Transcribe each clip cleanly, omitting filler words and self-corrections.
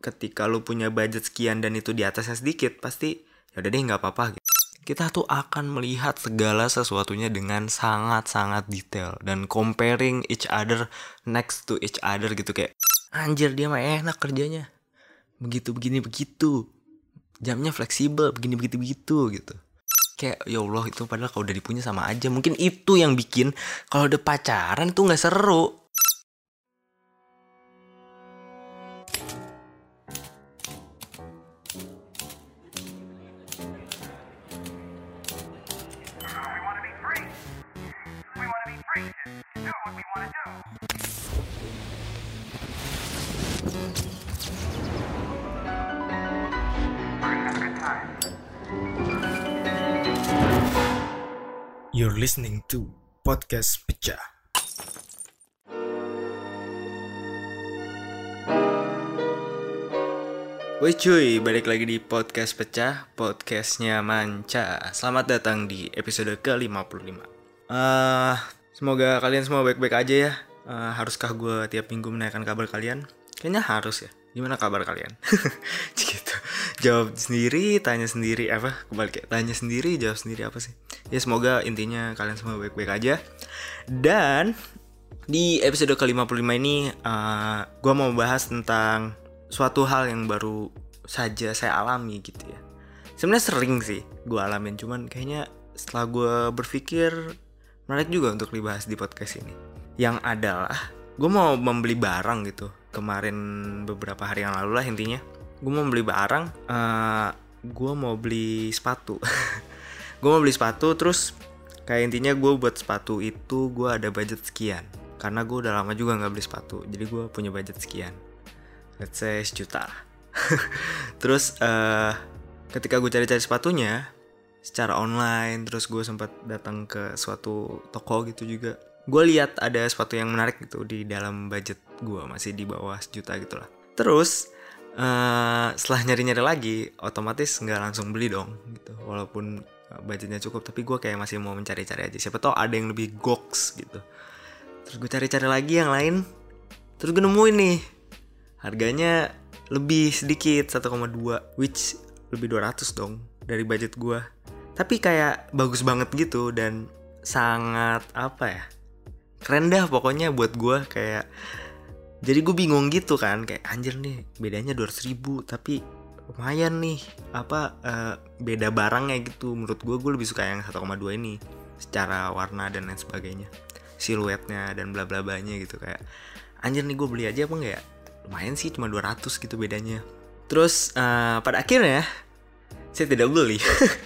ketika lu punya budget sekian dan itu di atasnya sedikit, pasti ya udah deh nggak apa-apa gitu. Kita tuh akan melihat segala sesuatunya dengan sangat-sangat detail dan comparing each other next to each other gitu, kayak anjir dia mah enak kerjanya, begitu begini begitu, jamnya fleksibel begini begitu begitu gitu. Kayak ya Allah, itu padahal kalau udah dipunya sama aja. Mungkin itu yang bikin kalau udah pacaran tuh nggak seru. You're listening to Podcast Pecah. Woi cuy, balik lagi di Podcast Pecah, podcastnya Manca. Selamat datang di episode ke-55. Semoga kalian semua baik-baik aja ya. Haruskah gue tiap minggu menanyakan kabar kalian? Kayaknya harus ya. Gimana kabar kalian? Gitu. Jawab sendiri, tanya sendiri, kebalik ya. Tanya sendiri, jawab sendiri apa sih? Ya semoga intinya kalian semua baik-baik aja. Dan di episode ke-55 ini gue mau bahas tentang suatu hal yang baru saja saya alami gitu ya. Sebenarnya sering sih gue alamin, cuman kayaknya setelah gue berpikir menarik juga untuk dibahas di podcast ini. Yang adalah gue mau membeli barang gitu. Kemarin beberapa hari yang lalu lah intinya. Gue mau beli barang, gue mau beli sepatu. Gue mau beli sepatu, terus kayak intinya gue buat sepatu itu gue ada budget sekian. Karena gue udah lama juga gak beli sepatu, jadi gue punya budget sekian. Let's say 1 juta. Terus ketika gue cari-cari sepatunya secara online, terus gue sempat datang ke suatu toko gitu juga, gue lihat ada sepatu yang menarik gitu di dalam budget gue, masih di bawah 1 juta gitu lah. Terus setelah nyari-nyari lagi, otomatis nggak langsung beli dong gitu. Walaupun budgetnya cukup, tapi gue kayak masih mau mencari-cari aja. Siapa tau ada yang lebih goks gitu. Terus gue cari-cari lagi yang lain, terus gue nemuin nih harganya lebih sedikit 1,2, which lebih 200 dong dari budget gue. Tapi kayak bagus banget gitu dan sangat keren dah pokoknya buat gue. Kayak jadi gue bingung gitu kan, kayak anjir nih bedanya 200.000 tapi lumayan nih beda barangnya gitu. Menurut gue lebih suka yang 1,2 ini secara warna dan lain sebagainya, siluetnya dan bla bla blanya gitu. Kayak anjir nih gue beli aja apa enggak ya, lumayan sih cuma 200 gitu bedanya. Terus pada akhirnya saya tidak beli.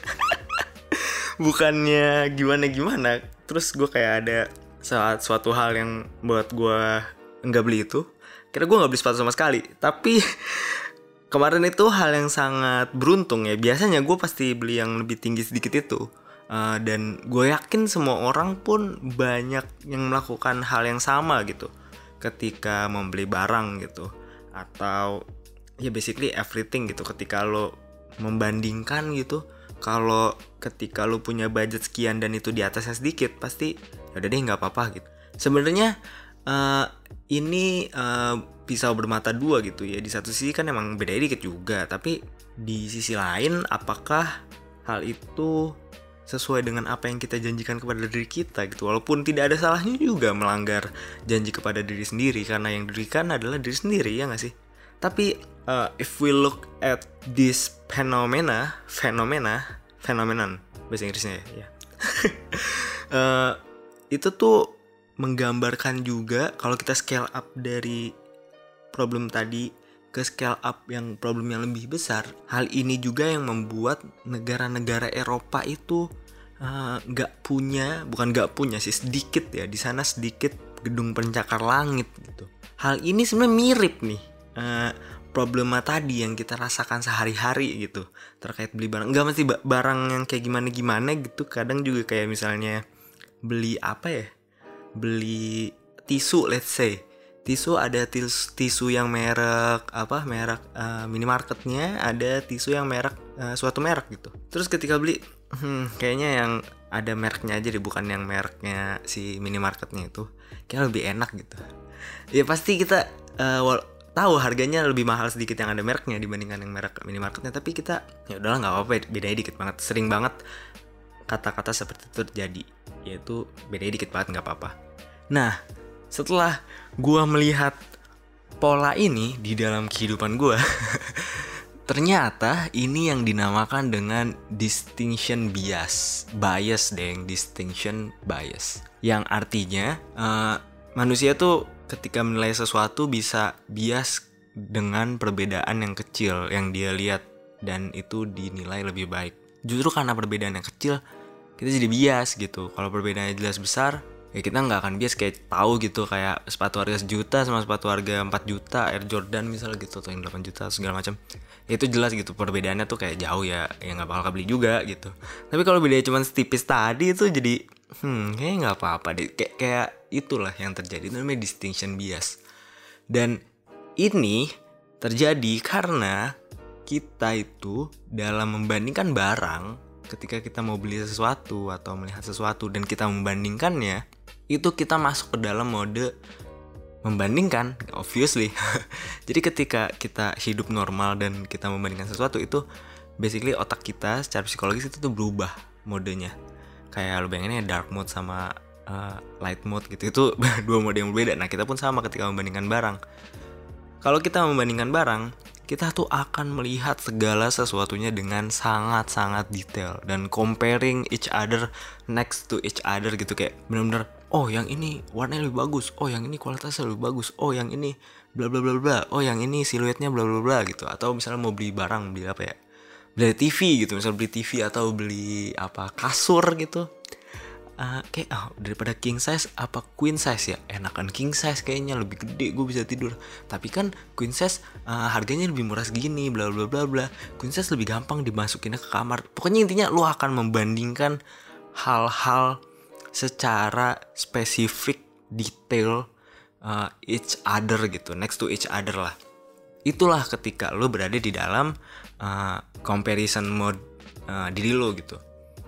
Bukannya gimana-gimana, terus gue kayak ada suatu hal yang buat gue nggak beli itu. Kira gue nggak beli sepatu sama sekali. Tapi kemarin itu hal yang sangat beruntung ya. Biasanya gue pasti beli yang lebih tinggi sedikit itu. Dan gue yakin semua orang pun banyak yang melakukan hal yang sama gitu ketika membeli barang gitu, atau ya basically everything gitu. Ketika lo membandingkan gitu, kalau ketika lo punya budget sekian dan itu di atasnya sedikit, pasti ya udah deh nggak apa-apa gitu. Sebenarnya ini pisau bermata dua gitu ya. Di satu sisi kan emang beda dikit juga, tapi di sisi lain apakah hal itu sesuai dengan apa yang kita janjikan kepada diri kita gitu. Walaupun tidak ada salahnya juga melanggar janji kepada diri sendiri, karena yang diberikan adalah diri sendiri, ya gak sih? Tapi if we look at this phenomenon bahasa Inggrisnya ya. Itu tuh menggambarkan juga kalau kita scale up dari problem tadi ke scale up yang problem yang lebih besar. Hal ini juga yang membuat negara-negara Eropa itu bukan sedikit ya, di sana sedikit gedung pencakar langit gitu. Hal ini sebenarnya mirip nih problema tadi yang kita rasakan sehari-hari gitu terkait beli barang. Nggak mesti barang yang kayak gimana gitu. Kadang juga kayak misalnya beli beli tisu, let's say tisu, ada tisu yang merek minimarketnya, ada tisu yang merek suatu merek gitu. Terus ketika beli kayaknya yang ada mereknya aja deh, bukan yang mereknya si minimarketnya itu, kayak lebih enak gitu. Ya pasti kita tahu harganya lebih mahal sedikit yang ada mereknya dibandingkan yang merek minimarketnya, tapi kita ya udahlah nggak apa-apa, bedanya dikit banget. Sering banget kata-kata seperti itu terjadi, yaitu bedanya dikit banget nggak apa-apa. Nah, setelah gue melihat pola ini di dalam kehidupan gue, ternyata ini yang dinamakan dengan distinction bias. Distinction bias. Yang artinya manusia tuh ketika menilai sesuatu bisa bias dengan perbedaan yang kecil yang dia lihat, dan itu dinilai lebih baik. Justru karena perbedaan yang kecil kita jadi bias gitu. Kalau perbedaannya jelas besar, ya kita nggak akan bias, kayak tahu gitu, kayak sepatu harga 1 juta sama sepatu harga 4 juta Air Jordan misalnya gitu, atau yang 8 juta segala macam. Ya itu jelas gitu perbedaannya tuh kayak jauh ya nggak bakal kebeli juga gitu. Tapi kalau bedanya cuma setipis tadi itu jadi kayaknya nggak apa-apa deh. Kayak itulah yang terjadi, itu namanya distinction bias. Dan ini terjadi karena kita itu dalam membandingkan barang, ketika kita mau beli sesuatu atau melihat sesuatu dan kita membandingkannya, itu kita masuk ke dalam mode membandingkan, obviously. Jadi ketika kita hidup normal dan kita membandingkan sesuatu, itu basically otak kita secara psikologis itu tuh berubah modenya. Kayak lu bayanginnya dark mode sama light mode gitu, itu dua mode yang berbeda. Nah kita pun sama ketika membandingkan barang. Kalau kita membandingkan barang, kita tuh akan melihat segala sesuatunya dengan sangat-sangat detail dan comparing each other next to each other gitu, kayak benar-benar oh yang ini warnanya lebih bagus, oh yang ini kualitasnya lebih bagus, oh yang ini bla bla bla bla, oh yang ini siluetnya bla bla bla gitu. Atau misalnya mau beli barang, beli apa ya, beli TV gitu, misalnya beli TV atau beli apa kasur gitu, kayak daripada king size apa queen size ya, enakan king size kayaknya lebih gede, gue bisa tidur. Tapi kan queen size harganya lebih murah segini, bla bla bla bla. Queen size lebih gampang dimasukinnya ke kamar. Pokoknya intinya lu akan membandingkan hal-hal secara spesifik, detail, each other gitu, next to each other lah. Itulah ketika lu berada di dalam comparison mode diri lu gitu.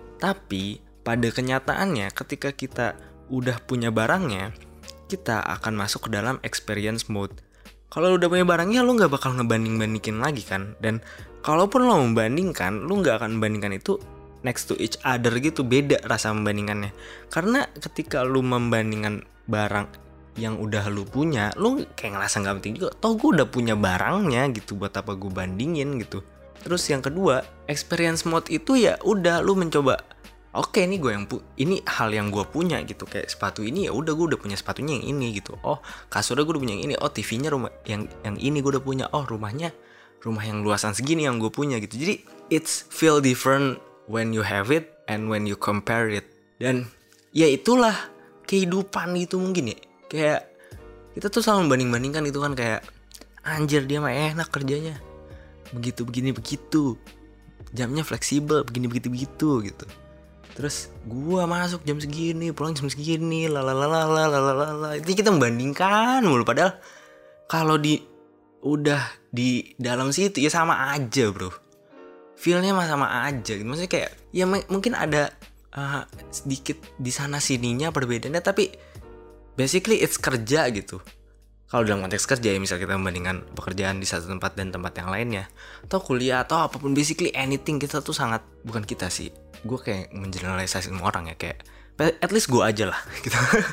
Tapi pada kenyataannya ketika kita udah punya barangnya, kita akan masuk ke dalam experience mode. Kalau udah punya barangnya, lu gak bakal ngebanding-bandingin lagi kan. Dan kalaupun lo membandingkan, lu gak akan membandingkan itu next to each other gitu, beda rasa membandingkannya. Karena ketika lu membandingkan barang yang udah lu punya, lu kayak ngerasa gak penting juga. Toh gue udah punya barangnya gitu, buat apa gue bandingin gitu. Terus yang kedua, experience mode itu ya udah lu mencoba, oke, ini gue ini hal yang gue punya gitu. Kayak sepatu ini ya udah, gue udah punya sepatunya yang ini gitu. Oh, kasurnya gue udah punya yang ini. Oh, TV-nya rumah yang ini gue udah punya. Oh, rumah yang luasan segini yang gue punya gitu. Jadi it's feel different when you have it and when you compare it. Dan ya itulah kehidupan gitu mungkin ya. Kayak kita tuh selalu membanding-bandingkan gitu kan, kayak anjir dia mah enak kerjanya, begitu begini begitu, jamnya fleksibel begini begitu gitu. Terus gua masuk jam segini, pulang jam segini, lalalala. Itu kita membandingkan mulu. Padahal kalau udah di dalam situ ya sama aja bro. Feelnya mah sama aja. Maksudnya kayak ya mungkin ada sedikit di sana sininya perbedaannya, tapi basically it's kerja gitu. Kalau dalam konteks kerja ya, misal kita membandingkan pekerjaan di satu tempat dan tempat yang lainnya, atau kuliah atau apapun, basically anything, kita tuh sangat, bukan kita sih, gue kayak mengeneralisasi semua orang ya, kayak at least gue aja lah gitu.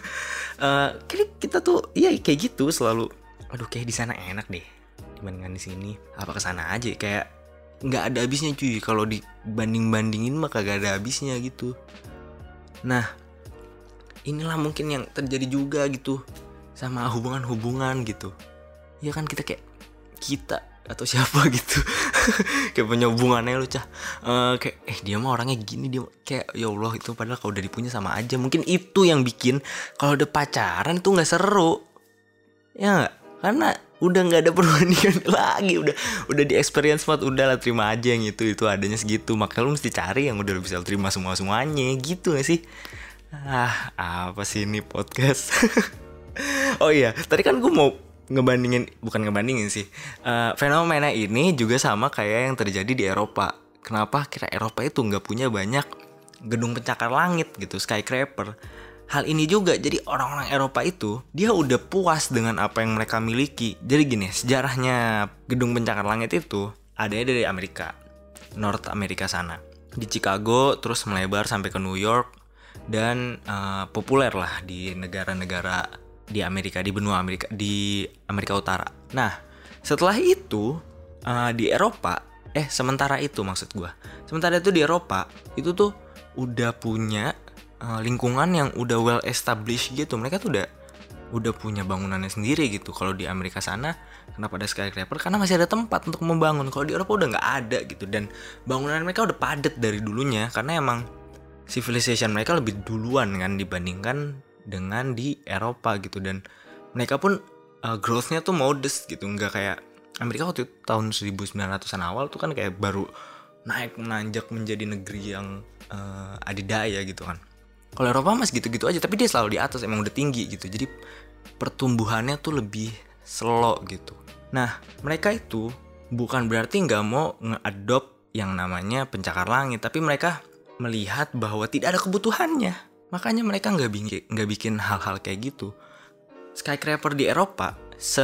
Kayak kita tuh iya kayak gitu selalu, aduh kayak di sana enak deh dibandingkan di sini, apa kesana aja, kayak nggak ada habisnya cuy. Kalau dibanding-bandingin mah kagak ada habisnya gitu. Nah inilah mungkin yang terjadi juga gitu sama hubungan-hubungan gitu. Ya kan kita atau siapa gitu kayak punya hubungannya lu kayak dia mah orangnya gini, dia kayak ya Allah itu, padahal kalau udah dipunya sama aja. Mungkin itu yang bikin kalau udah pacaran tuh nggak seru ya gak? Karena udah nggak ada perbandingan lagi, udah di experience mode, udah lah terima aja yang itu adanya segitu. Makanya lu mesti cari yang udah bisa terima semuanya gitu gak sih? Apa sih ini podcast? Oh iya, tadi kan gue mau bukan ngebandingin sih. Fenomena ini juga sama kayak yang terjadi di Eropa. Kenapa kira Eropa itu nggak punya banyak gedung pencakar langit gitu, skyscraper? hal ini juga, jadi orang-orang Eropa itu dia udah puas dengan apa yang mereka miliki. Jadi gini, sejarahnya gedung pencakar langit itu adanya dari Amerika, North Amerika sana, di Chicago, terus melebar sampai ke New York, dan populer lah di negara-negara di Amerika, di benua Amerika, di Amerika Utara. Nah, setelah itu di Eropa, sementara itu di Eropa itu tuh udah punya lingkungan yang udah well established gitu. Mereka tuh udah punya bangunannya sendiri gitu. Kalau di Amerika sana, kenapa ada skyscraper? Karena masih ada tempat untuk membangun. Kalau di Eropa udah nggak ada gitu, dan bangunan mereka udah padat dari dulunya karena emang civilization mereka lebih duluan kan dibandingkan dengan di Eropa gitu. Dan mereka pun growth-nya tuh modest gitu, nggak kayak Amerika waktu itu tahun 1900-an awal tuh kan kayak baru naik menanjak menjadi negeri yang adidaya gitu kan. Kalau Eropa masih gitu-gitu aja, tapi dia selalu di atas, emang udah tinggi gitu. Jadi pertumbuhannya tuh lebih slow gitu. Nah, mereka itu bukan berarti nggak mau nge-adopt yang namanya pencakar langit, tapi mereka melihat bahwa tidak ada kebutuhannya. Makanya mereka nggak bikin hal-hal kayak gitu. Skyscraper di Eropa,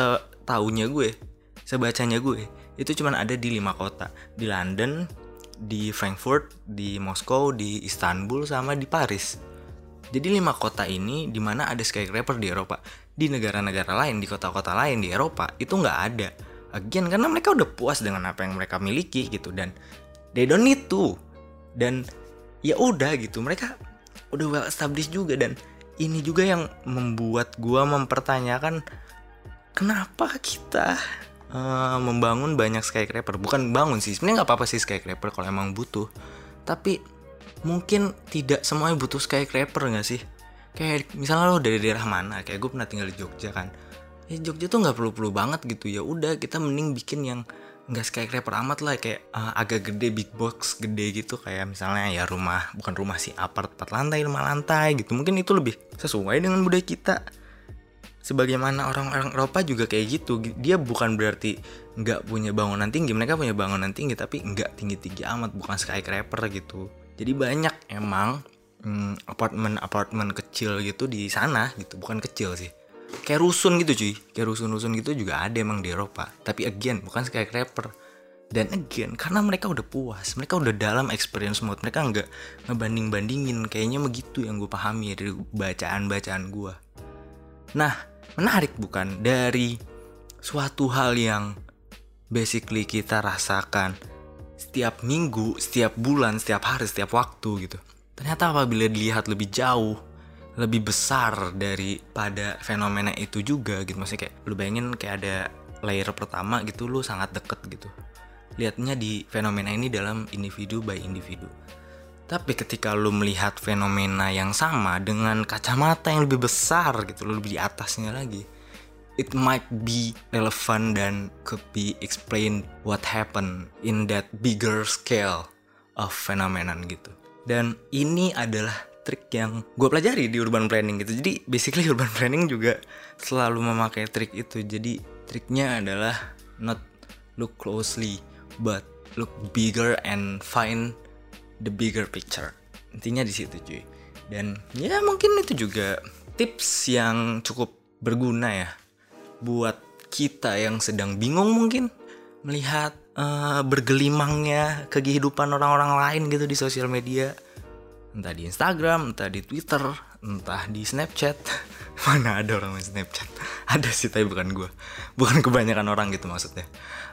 sebacanya gue, itu cuma ada di 5 kota. Di London, di Frankfurt, di Moskow, di Istanbul, sama di Paris. Jadi 5 kota ini dimana ada skyscraper di Eropa. Di negara-negara lain, di kota-kota lain di Eropa itu nggak ada. Again, karena mereka udah puas dengan apa yang mereka miliki gitu, dan they don't need to. Dan ya udah gitu, mereka udah well established juga. Dan ini juga yang membuat gua mempertanyakan kenapa kita membangun banyak skyscraper. Bukan bangun sih, sebenarnya nggak apa-apa sih skyscraper kalau emang butuh, tapi mungkin tidak semuanya butuh skyscraper gak sih? Kayak misalnya lo dari daerah mana, kayak gue pernah tinggal di Jogja kan. Jogja tuh gak perlu-perlu banget gitu. Ya udah, kita mending bikin yang gak skyscraper amat lah, kayak agak gede, big box gede gitu. Kayak misalnya ya bukan rumah sih, apart 4 lantai, 5 lantai gitu. Mungkin itu lebih sesuai dengan budaya kita. Sebagaimana orang-orang Eropa juga kayak gitu. Dia bukan berarti gak punya bangunan tinggi, mereka punya bangunan tinggi, tapi gak tinggi-tinggi amat, bukan skyscraper gitu. Jadi banyak emang apartemen kecil gitu di sana gitu, bukan kecil sih, kayak rusun gitu cuy, kayak rusun gitu juga ada emang di Eropa. Tapi again, bukan skyscraper. Dan again, karena mereka udah puas, mereka udah dalam experience mode, mereka nggak ngebanding-bandingin. Kayaknya begitu yang gue pahami dari bacaan gue. Nah, menarik bukan, dari suatu hal yang basically kita rasakan setiap minggu, setiap bulan, setiap hari, setiap waktu gitu. Ternyata apabila dilihat lebih jauh, lebih besar daripada fenomena itu juga gitu. Maksudnya kayak lu bayangin kayak ada layer pertama gitu, lu sangat deket gitu. Lihatnya di fenomena ini dalam individu by individu. Tapi ketika lu melihat fenomena yang sama dengan kacamata yang lebih besar gitu, lu lebih di atasnya lagi, it might be relevant dan could be explain what happened in that bigger scale of phenomenon gitu. Dan ini adalah trik yang gue pelajari di urban planning gitu. Jadi basically urban planning juga selalu memakai trik itu. Jadi triknya adalah not look closely but look bigger and find the bigger picture. Intinya di situ cuy. Dan ya mungkin itu juga tips yang cukup berguna ya buat kita yang sedang bingung mungkin melihat bergelimangnya kehidupan orang-orang lain gitu di sosial media, entah di Instagram, entah di Twitter, entah di Snapchat. Mana ada orang main Snapchat? Ada sih, tapi bukan gue, bukan kebanyakan orang gitu maksudnya.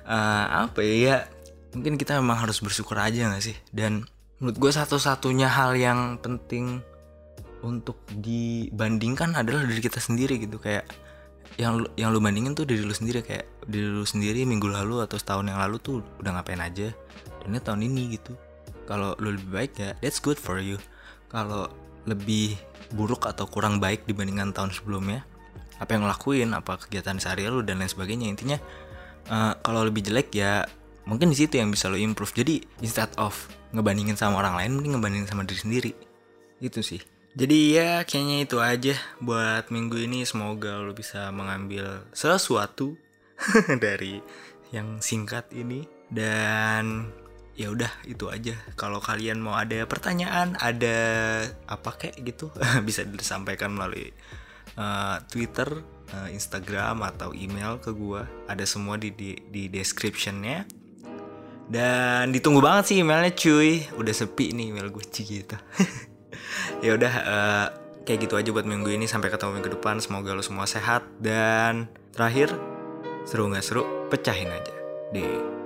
Apa ya, mungkin kita memang harus bersyukur aja gak sih. Dan menurut gue satu-satunya hal yang penting untuk dibandingkan adalah diri kita sendiri gitu. Kayak yang lu bandingin tuh diri lu sendiri, kayak diri lu sendiri minggu lalu atau setahun yang lalu tuh udah ngapain aja, dan ini tahun ini gitu. Kalau lu lebih baik ya that's good for you. Kalau lebih buruk atau kurang baik dibandingkan tahun sebelumnya, apa yang lu lakuin, apa kegiatan sehari lu dan lain sebagainya, intinya kalau lebih jelek ya mungkin di situ yang bisa lu improve. Jadi instead of ngebandingin sama orang lain, mending ngebandingin sama diri sendiri. Itu sih. Jadi ya kayaknya itu aja buat minggu ini. Semoga lo bisa mengambil sesuatu dari yang singkat ini. Dan ya udah itu aja. Kalau kalian mau ada pertanyaan, ada apa kayak gitu, bisa disampaikan melalui Twitter, Instagram atau email ke gua. Ada semua di descriptionnya. Dan ditunggu banget sih emailnya cuy. Udah sepi nih email gue gitu. Ya udah kayak gitu aja buat minggu ini. Sampai ketemu minggu depan. Semoga lo semua sehat. Dan terakhir, seru nggak seru, pecahin aja. Deh.